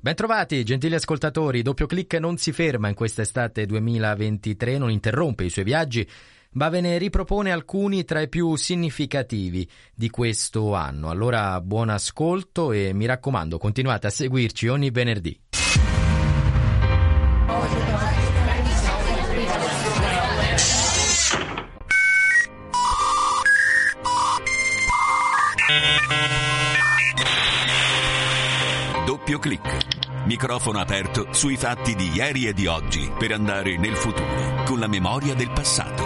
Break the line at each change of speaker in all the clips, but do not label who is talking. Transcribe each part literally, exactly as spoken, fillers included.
Bentrovati, gentili ascoltatori. Doppio Clic non si ferma in quest'estate duemilaventitré, non interrompe i suoi viaggi, ma ve ne ripropone alcuni tra i più significativi di questo anno. Allora buon ascolto e mi raccomando, continuate a seguirci ogni venerdì.
Doppio Clic. Microfono aperto sui fatti di ieri e di oggi per andare nel futuro con la memoria del passato.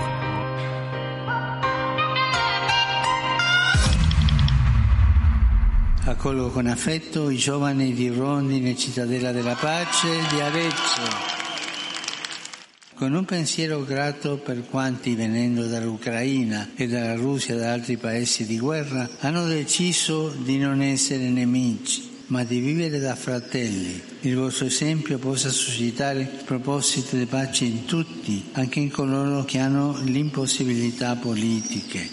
Accolgo con affetto i giovani di Rondine, Cittadella della Pace di Arezzo, con un pensiero grato per quanti, venendo dall'Ucraina e dalla Russia e da altri paesi di guerra, hanno deciso di non essere nemici, ma di vivere da fratelli. Il vostro esempio possa suscitare propositi di pace in tutti, anche in coloro che hanno l'impossibilità politiche.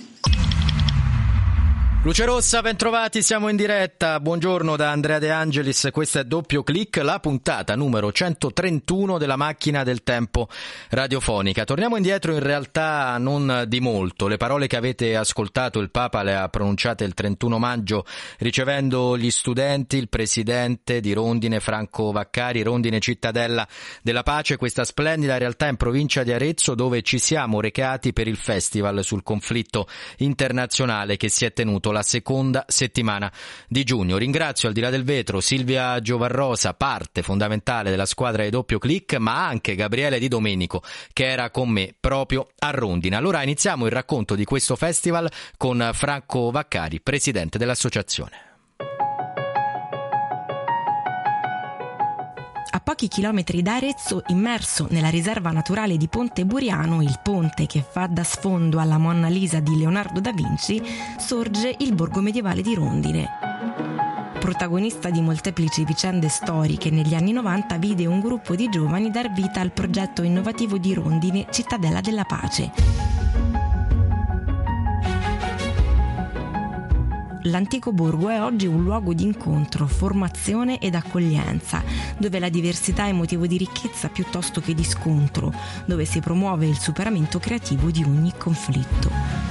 Luce Rossa, bentrovati, siamo in diretta. Buongiorno da Andrea De Angelis, questo è Doppio Clic, la puntata numero centotrentuno della macchina del tempo radiofonica. Torniamo indietro in realtà non di molto. Le parole che avete ascoltato il Papa le ha pronunciate il trentuno maggio ricevendo gli studenti, il presidente di Rondine, Franco Vaccari, Rondine Cittadella della Pace, questa splendida realtà in provincia di Arezzo dove ci siamo recati per il festival sul conflitto internazionale che si è tenuto la seconda settimana di giugno. Ringrazio al di là del vetro Silvia Giovarrosa, parte fondamentale della squadra di Doppio Clic, ma anche Gabriele Di Domenico che era con me proprio a Rondine. Allora iniziamo il racconto di questo festival con Franco Vaccari, presidente dell'associazione.
A pochi chilometri da Arezzo, immerso nella riserva naturale di Ponte Buriano, il ponte che fa da sfondo alla Monna Lisa di Leonardo da Vinci, sorge il borgo medievale di Rondine. Protagonista di molteplici vicende storiche, negli anni novanta vide un gruppo di giovani dar vita al progetto innovativo di Rondine, Cittadella della Pace. L'antico borgo è oggi un luogo di incontro, formazione ed accoglienza, dove la diversità è motivo di ricchezza piuttosto che di scontro, dove si promuove il superamento creativo di ogni conflitto.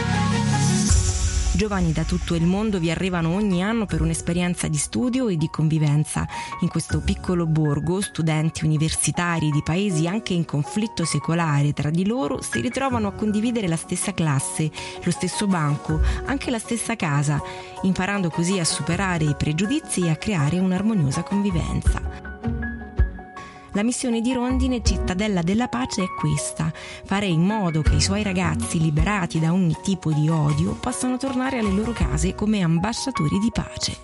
Giovani da tutto il mondo vi arrivano ogni anno per un'esperienza di studio e di convivenza. In questo piccolo borgo, studenti universitari di paesi anche in conflitto secolare tra di loro si ritrovano a condividere la stessa classe, lo stesso banco, anche la stessa casa, imparando così a superare i pregiudizi e a creare un'armoniosa convivenza. La missione di Rondine, Cittadella della Pace, è questa: fare in modo che i suoi ragazzi, liberati da ogni tipo di odio, possano tornare alle loro case come ambasciatori di pace.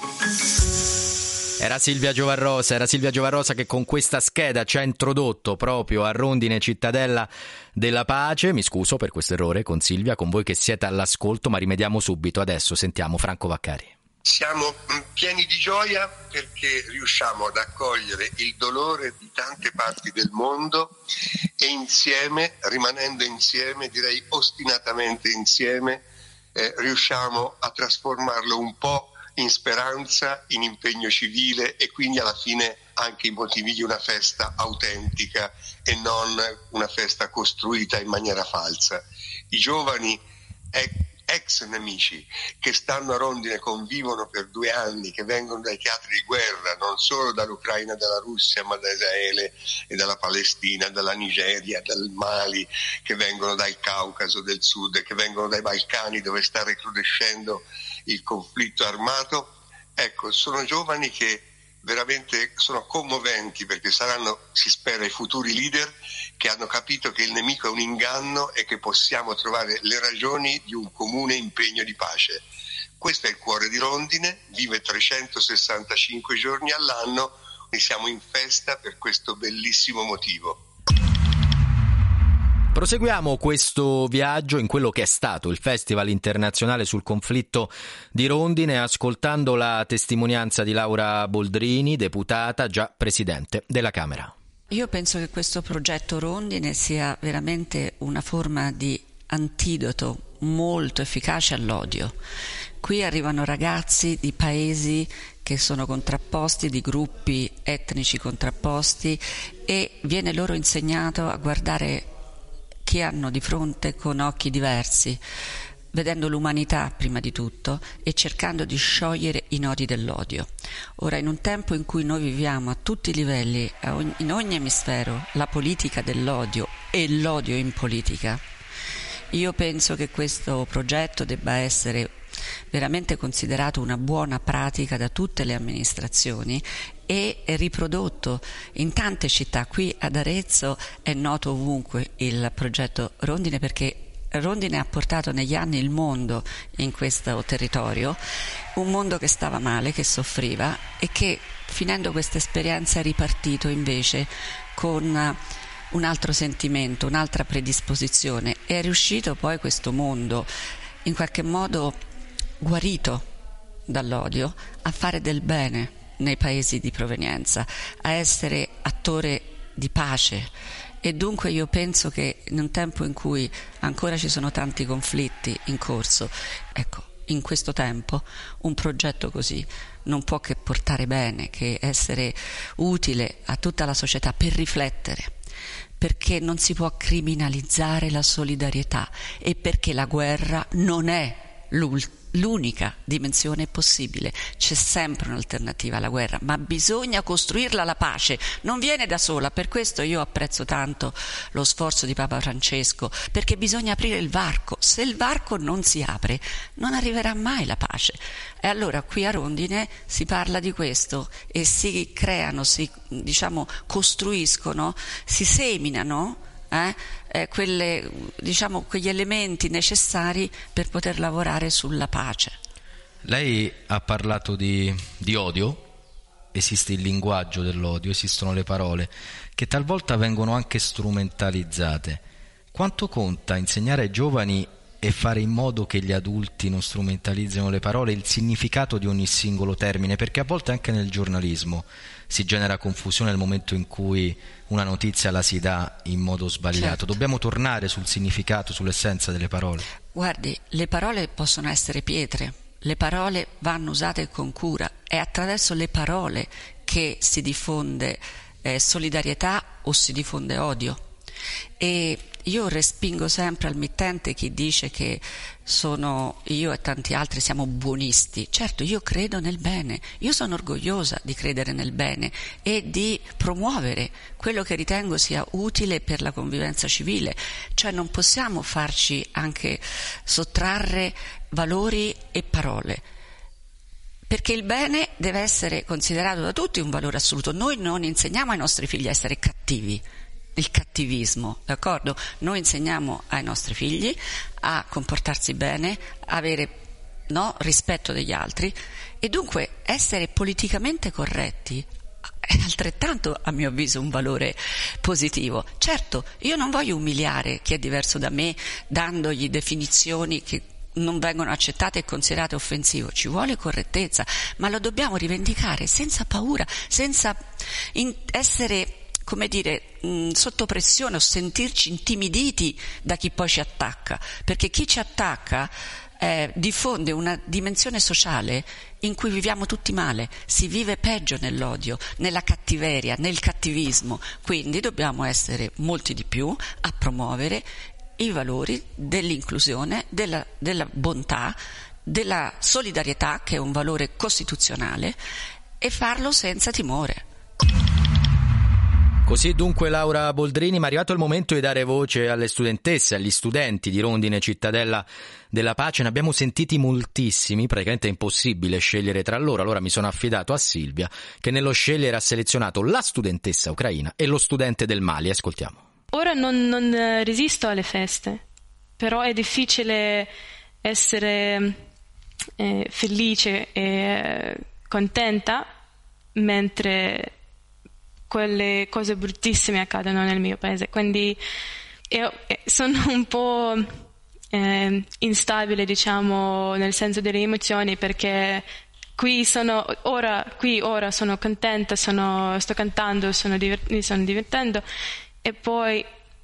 Era Silvia Giovarrosa, era Silvia Giovarrosa che con questa scheda ci ha introdotto proprio a Rondine, Cittadella della Pace. Mi scuso per questo errore con Silvia, con voi che siete all'ascolto, ma rimediamo subito. Adesso sentiamo Franco Vaccari.
Siamo pieni di gioia perché riusciamo ad accogliere il dolore di tante parti del mondo e insieme, rimanendo insieme, direi ostinatamente insieme, eh, riusciamo a trasformarlo un po' in speranza, in impegno civile e quindi alla fine anche i motivi di una festa autentica e non una festa costruita in maniera falsa. I giovani eh, ex nemici che stanno a Rondine, convivono per due anni, che vengono dai teatri di guerra, non solo dall'Ucraina e dalla Russia, ma da Israele e dalla Palestina, dalla Nigeria, dal Mali, che vengono dal Caucaso del Sud, che vengono dai Balcani dove sta recrudescendo il conflitto armato. Ecco, sono giovani che veramente sono commoventi perché saranno, si spera, i futuri leader che hanno capito che il nemico è un inganno e che possiamo trovare le ragioni di un comune impegno di pace. Questo è il cuore di Rondine, vive trecentosessantacinque giorni all'anno e siamo in festa per questo bellissimo motivo.
Proseguiamo questo viaggio in quello che è stato il Festival internazionale sul conflitto di Rondine, ascoltando la testimonianza di Laura Boldrini, deputata, già presidente della Camera.
Io penso che questo progetto Rondine sia veramente una forma di antidoto molto efficace all'odio. Qui arrivano ragazzi di paesi che sono contrapposti, di gruppi etnici contrapposti, e viene loro insegnato a guardare chi hanno di fronte con occhi diversi, vedendo l'umanità prima di tutto e cercando di sciogliere i nodi dell'odio. Ora, in un tempo in cui noi viviamo a tutti i livelli, in ogni emisfero, la politica dell'odio e l'odio in politica, io penso che questo progetto debba essere veramente considerato una buona pratica da tutte le amministrazioni e riprodotto in tante città. Qui ad Arezzo è noto ovunque il progetto Rondine, perché Rondine ha portato negli anni il mondo in questo territorio, un mondo che stava male, che soffriva, e che finendo questa esperienza è ripartito invece con un altro sentimento, un'altra predisposizione, e è riuscito poi questo mondo, in qualche modo guarito dall'odio, a fare del bene nei paesi di provenienza, a essere attore di pace. E dunque io penso che in un tempo in cui ancora ci sono tanti conflitti in corso, ecco, in questo tempo un progetto così non può che portare bene, che essere utile a tutta la società per riflettere, perché non si può criminalizzare la solidarietà e perché la guerra non è l'ultima l'unica dimensione possibile. C'è sempre un'alternativa alla guerra, ma bisogna costruirla la pace, non viene da sola. Per questo io apprezzo tanto lo sforzo di Papa Francesco, perché bisogna aprire il varco. Se il varco non si apre, non arriverà mai la pace. E allora qui a Rondine si parla di questo e si creano, si diciamo costruiscono, si seminano Eh, eh, quelle, diciamo, quegli elementi necessari per poter lavorare sulla pace.
Lei ha parlato di, di odio, esiste il linguaggio dell'odio, esistono le parole che talvolta vengono anche strumentalizzate. Quanto conta insegnare ai giovani e fare in modo che gli adulti non strumentalizzino le parole, il significato di ogni singolo termine? Perché a volte anche nel giornalismo si genera confusione nel momento in cui una notizia la si dà in modo sbagliato. Certo. Dobbiamo tornare sul significato, sull'essenza delle parole.
Guardi, le parole possono essere pietre, le parole vanno usate con cura, è attraverso le parole che si diffonde eh, solidarietà o si diffonde odio. E io respingo sempre al mittente chi dice che sono io e tanti altri siamo buonisti. Certo, io credo nel bene, io sono orgogliosa di credere nel bene e di promuovere quello che ritengo sia utile per la convivenza civile. Cioè non possiamo farci anche sottrarre valori e parole, perché il bene deve essere considerato da tutti un valore assoluto. Noi non insegniamo ai nostri figli a essere cattivi, il cattivismo, d'accordo? Noi insegniamo ai nostri figli a comportarsi bene, avere no, rispetto degli altri, e dunque essere politicamente corretti è altrettanto, a mio avviso, un valore positivo. Certo, io non voglio umiliare chi è diverso da me dandogli definizioni che non vengono accettate e considerate offensivo. Ci vuole correttezza, ma lo dobbiamo rivendicare senza paura, senza in- essere come dire, mh, sotto pressione o sentirci intimiditi da chi poi ci attacca, perché chi ci attacca eh, diffonde una dimensione sociale in cui viviamo tutti male, si vive peggio nell'odio, nella cattiveria, nel cattivismo. Quindi dobbiamo essere molti di più a promuovere i valori dell'inclusione, della, della bontà, della solidarietà, che è un valore costituzionale, e farlo senza timore.
Così dunque Laura Boldrini, ma è arrivato il momento di dare voce alle studentesse, agli studenti di Rondine Cittadella della Pace. Ne abbiamo sentiti moltissimi, praticamente è impossibile scegliere tra loro, allora mi sono affidato a Silvia che nello scegliere ha selezionato la studentessa ucraina e lo studente del Mali. Ascoltiamo.
Ora non, non resisto alle feste, però è difficile essere eh, felice e contenta mentre quelle cose bruttissime accadono nel mio paese, quindi io sono un po' eh, instabile, diciamo, nel senso delle emozioni, perché qui sono ora, qui ora sono contenta, sono, sto cantando, sono divert- mi sto divertendo, e poi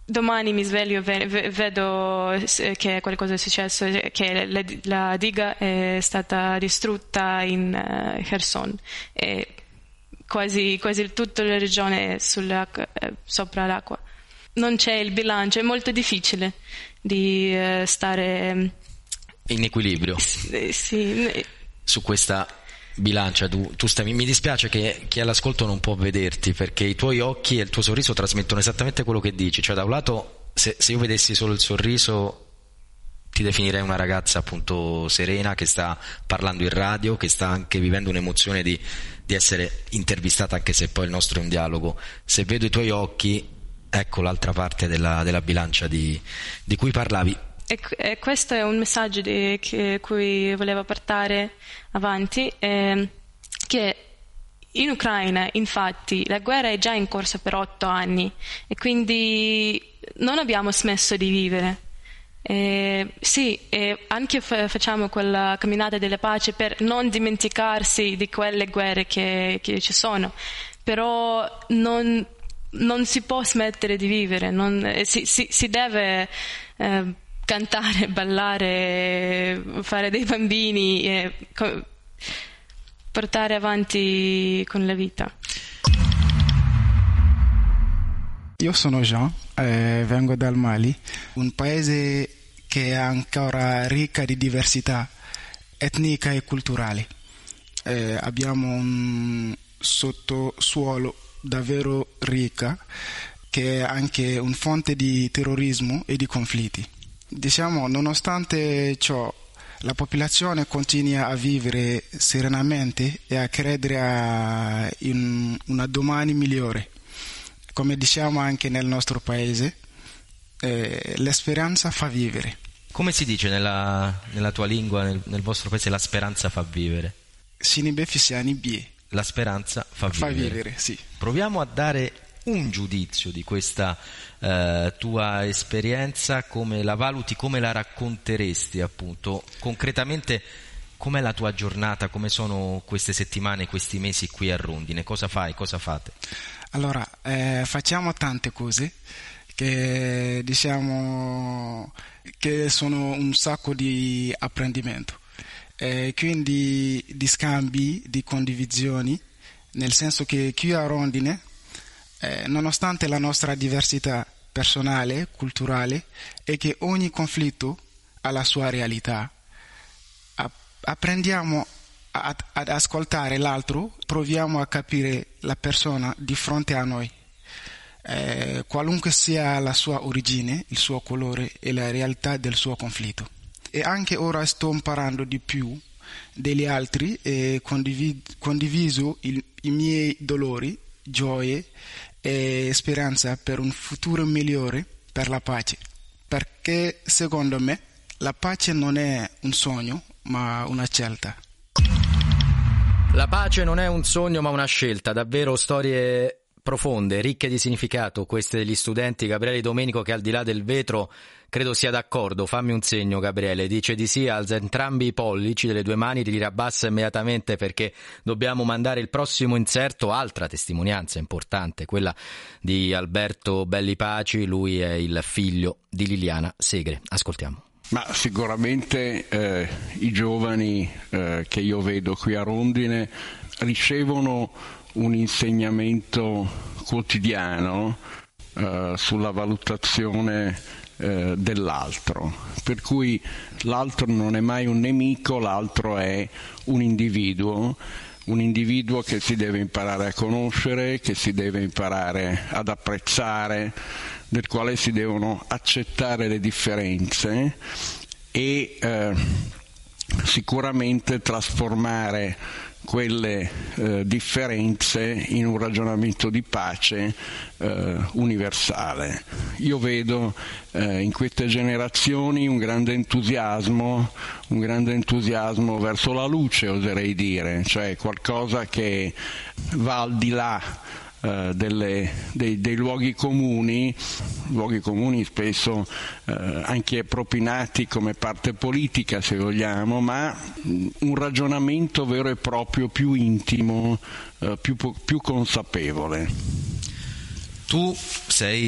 domani mi sveglio e vedo che qualcosa è successo, che la, la diga è stata distrutta in uh, Kherson e quasi, quasi tutta la regione è sulla, eh, sopra l'acqua. Non c'è il bilancio, è molto difficile di uh, stare
in equilibrio.
Sì, sì.
Su questa bilancia tu, tu stai, mi dispiace che chi è all'ascolto non può vederti, perché i tuoi occhi e il tuo sorriso trasmettono esattamente quello che dici. Cioè, da un lato, se, se io vedessi solo il sorriso, ti definirei una ragazza appunto serena, che sta parlando in radio, che sta anche vivendo un'emozione di, di essere intervistata, anche se poi il nostro è un dialogo. Se vedo i tuoi occhi, ecco l'altra parte della, della bilancia di, di cui parlavi.
E, e questo è un messaggio di che, cui volevo portare avanti, eh, che in Ucraina infatti la guerra è già in corso per otto anni e quindi non abbiamo smesso di vivere. Eh, sì, e anche fa- facciamo quella camminata della pace per non dimenticarsi di quelle guerre che, che ci sono, però non, non si può smettere di vivere, non, eh, si, si, si deve eh, cantare, ballare, fare dei bambini e co- portare avanti con la vita.
Io sono Jean, eh, vengo dal Mali, un paese che è ancora ricca di diversità etnica e culturale. Eh, abbiamo un sottosuolo davvero ricca, che è anche un fonte di terrorismo e di conflitti. Diciamo, nonostante ciò, la popolazione continua a vivere serenamente e a credere a in una domani migliore. Come diciamo anche nel nostro paese, eh, la speranza fa vivere.
Come si dice nella, nella tua lingua, nel, nel vostro paese, la speranza fa vivere?
Sinibe fisiani bie.
La speranza fa vivere.
Fa vivere, sì.
Proviamo a dare un giudizio di questa eh, tua esperienza, come la valuti, come la racconteresti appunto concretamente. Com'è la tua giornata, come sono queste settimane, questi mesi qui a Rondine, cosa fai, cosa fate?
Allora, eh, facciamo tante cose che diciamo che sono un sacco di apprendimento, eh, quindi di scambi, di condivisioni, nel senso che qui a Rondine, eh, nonostante la nostra diversità personale, culturale, e che ogni conflitto ha la sua realtà, apprendiamo ad, ad ascoltare l'altro, proviamo a capire la persona di fronte a noi, eh, qualunque sia la sua origine, il suo colore e la realtà del suo conflitto. E anche ora sto imparando di più degli altri e condivid- condiviso il, i miei dolori, gioie e speranza per un futuro migliore, per la pace. Perché secondo me la pace non è un sogno, ma una scelta.
La pace non è un sogno ma una scelta, davvero storie profonde, ricche di significato, queste degli studenti. Gabriele Domenico, che al di là del vetro credo sia d'accordo, fammi un segno Gabriele, dice di sì, alza entrambi i pollici delle due mani, li rabbassa immediatamente perché dobbiamo mandare il prossimo inserto. Altra testimonianza importante, quella di Alberto Bellipaci, lui è il figlio di Liliana Segre, ascoltiamo.
Ma sicuramente eh, i giovani eh, che io vedo qui a Rondine ricevono un insegnamento quotidiano eh, sulla valutazione eh, dell'altro, per cui l'altro non è mai un nemico, l'altro è un individuo, un individuo che si deve imparare a conoscere, che si deve imparare ad apprezzare, del quale si devono accettare le differenze e eh, sicuramente trasformare quelle eh, differenze in un ragionamento di pace eh, universale. Io vedo eh, in queste generazioni un grande entusiasmo, un grande entusiasmo verso la luce, oserei dire, cioè qualcosa che va al di là Delle, dei, dei luoghi comuni, luoghi comuni spesso eh, anche propinati come parte politica se vogliamo, ma un ragionamento vero e proprio più intimo, eh, più, più consapevole.
Tu sei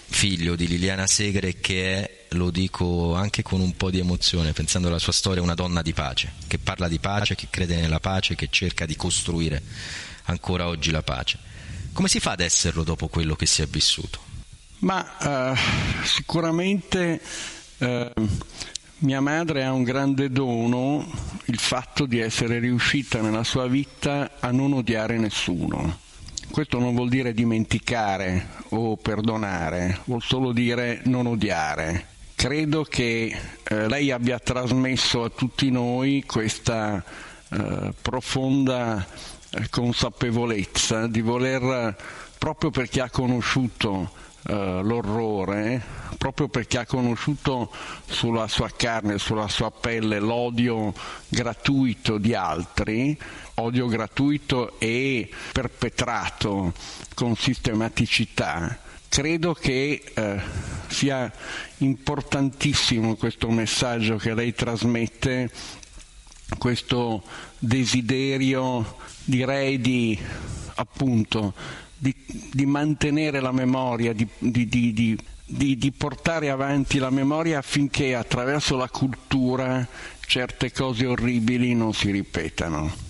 figlio di Liliana Segre, che è, lo dico anche con un po' di emozione, pensando alla sua storia, una donna di pace, che parla di pace, che crede nella pace, che cerca di costruire ancora oggi la pace. Come si fa ad esserlo dopo quello che si è vissuto?
Ma uh, sicuramente uh, mia madre ha un grande dono, il fatto di essere riuscita nella sua vita a non odiare nessuno. Questo non vuol dire dimenticare o perdonare, vuol solo dire non odiare. Credo che eh, lei abbia trasmesso a tutti noi questa eh, profonda eh, consapevolezza di voler, proprio perché ha conosciuto eh, l'orrore, proprio perché ha conosciuto sulla sua carne, sulla sua pelle l'odio gratuito di altri, odio gratuito e perpetrato con sistematicità, credo che eh, sia importantissimo questo messaggio che lei trasmette, questo desiderio, direi, di appunto di, di mantenere la memoria, di, di, di, di, di, di portare avanti la memoria affinché attraverso la cultura certe cose orribili non si ripetano.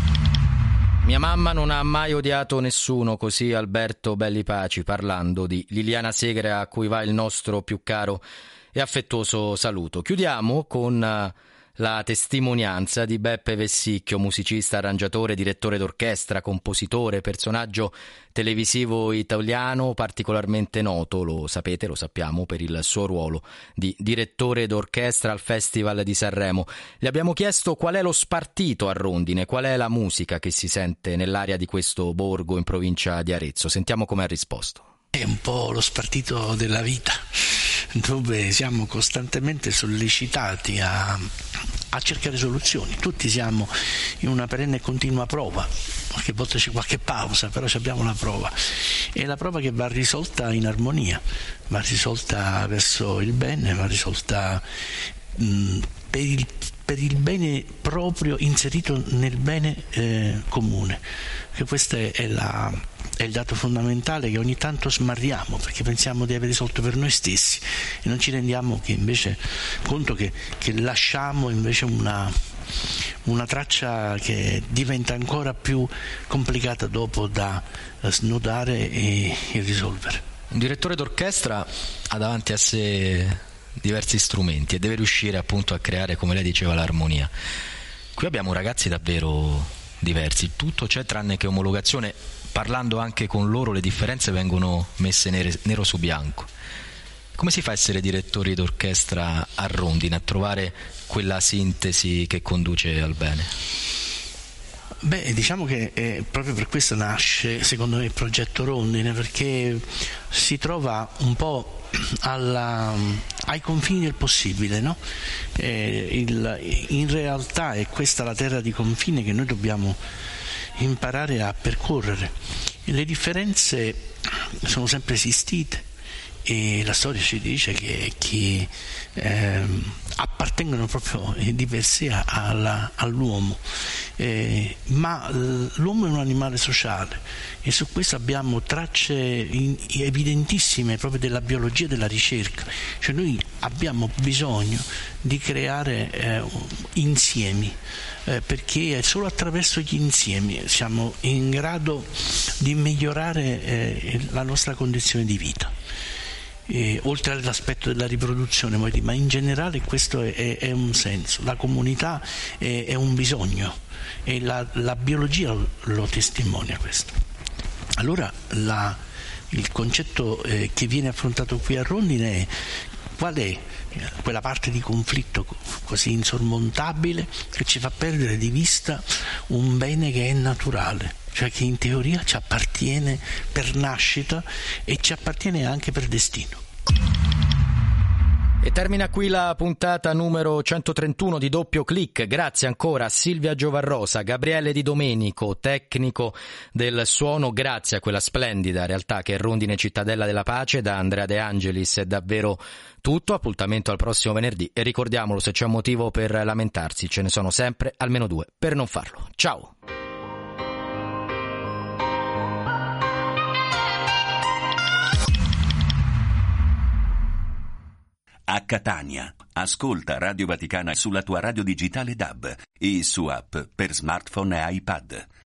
Mia mamma non ha mai odiato nessuno, così Alberto Bellipaci, parlando di Liliana Segre, a cui va il nostro più caro e affettuoso saluto. Chiudiamo con la testimonianza di Beppe Vessicchio, musicista, arrangiatore, direttore d'orchestra, compositore, personaggio televisivo italiano particolarmente noto, lo sapete, lo sappiamo, per il suo ruolo di direttore d'orchestra al Festival di Sanremo. Gli abbiamo chiesto qual è lo spartito a Rondine, qual è la musica che si sente nell'aria di questo borgo in provincia di Arezzo. Sentiamo come ha risposto.
È un po' lo spartito della vita, dove siamo costantemente sollecitati a, a cercare soluzioni. Tutti siamo in una perenne e continua prova, qualche volta c'è qualche pausa, però abbiamo la prova. È la prova che va risolta in armonia, va risolta verso il bene, va risolta mh, per il per il bene proprio, inserito nel bene eh, comune. Che questo è, è, la, è il dato fondamentale che ogni tanto smarriamo, perché pensiamo di aver risolto per noi stessi e non ci rendiamo che invece conto che, che lasciamo invece una, una traccia che diventa ancora più complicata dopo da snodare e, e risolvere.
Un direttore d'orchestra ha davanti a sé diversi strumenti e deve riuscire appunto a creare, come lei diceva, l'armonia. Qui abbiamo ragazzi davvero diversi, tutto c'è tranne che omologazione. Parlando anche con loro, le differenze vengono messe nere, nero su bianco. Come si fa a essere direttori d'orchestra a Rondine, a trovare quella sintesi che conduce al bene?
Beh, diciamo che eh, proprio per questo nasce, secondo me, il progetto Rondine, perché si trova un po' alla, ai confini del possibile, no? Eh, il, in realtà è questa la terra di confine che noi dobbiamo imparare a percorrere. Le differenze sono sempre esistite e la storia ci dice che, che eh, appartengono proprio di per sé alla, all'uomo, eh, ma l'uomo è un animale sociale e su questo abbiamo tracce in, evidentissime proprio della biologia della ricerca, cioè noi abbiamo bisogno di creare eh, insiemi, eh, perché è solo attraverso gli insiemi siamo in grado di migliorare eh, la nostra condizione di vita. Eh, oltre all'aspetto della riproduzione, ma in generale questo è, è, è un senso, la comunità è, è un bisogno e la, la biologia lo, lo testimonia questo. Allora la, il concetto eh, che viene affrontato qui a Rondine è: qual è quella parte di conflitto così insormontabile che ci fa perdere di vista un bene che è naturale, cioè che in teoria ci appartiene per nascita e ci appartiene anche per destino.
E termina qui la puntata numero centotrentuno di Doppio Click. Grazie ancora a Silvia Giovarrosa, Gabriele Di Domenico, tecnico del suono. Grazie a quella splendida realtà che è Rondine Cittadella della Pace. Da Andrea De Angelis è davvero tutto. Appuntamento al prossimo venerdì e ricordiamolo, se c'è un motivo per lamentarsi ce ne sono sempre almeno due per non farlo. Ciao!
Catania. Ascolta Radio Vaticana sulla tua radio digitale D A B e su app per smartphone e iPad.